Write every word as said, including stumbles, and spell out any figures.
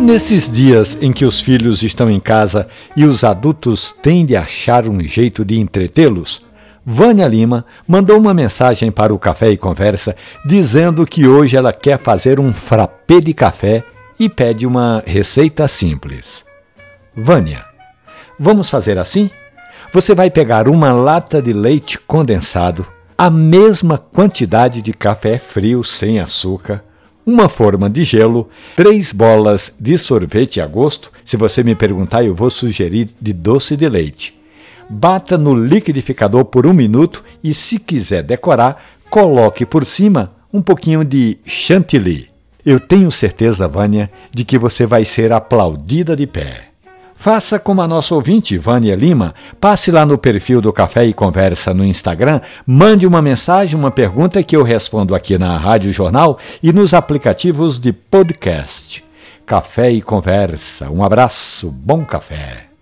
Nesses dias em que os filhos estão em casa e os adultos têm de achar um jeito de entretê-los, Vânia Lima mandou uma mensagem para o Café e Conversa dizendo que hoje ela quer fazer um frappé de café e pede uma receita simples. Vânia, vamos fazer assim? Você vai pegar uma lata de leite condensado, a mesma quantidade de café frio sem açúcar, uma forma de gelo, três bolas de sorvete a gosto. Se você me perguntar, eu vou sugerir de doce de leite. Bata no liquidificador por um minuto e, se quiser decorar, coloque por cima um pouquinho de chantilly. Eu tenho certeza, Vânia, de que você vai ser aplaudida de pé. Faça como a nossa ouvinte, Vânia Lima. Passe lá no perfil do Café e Conversa no Instagram, mande uma mensagem, uma pergunta que eu respondo aqui na Rádio Jornal e nos aplicativos de podcast. Café e Conversa. Um abraço, bom café.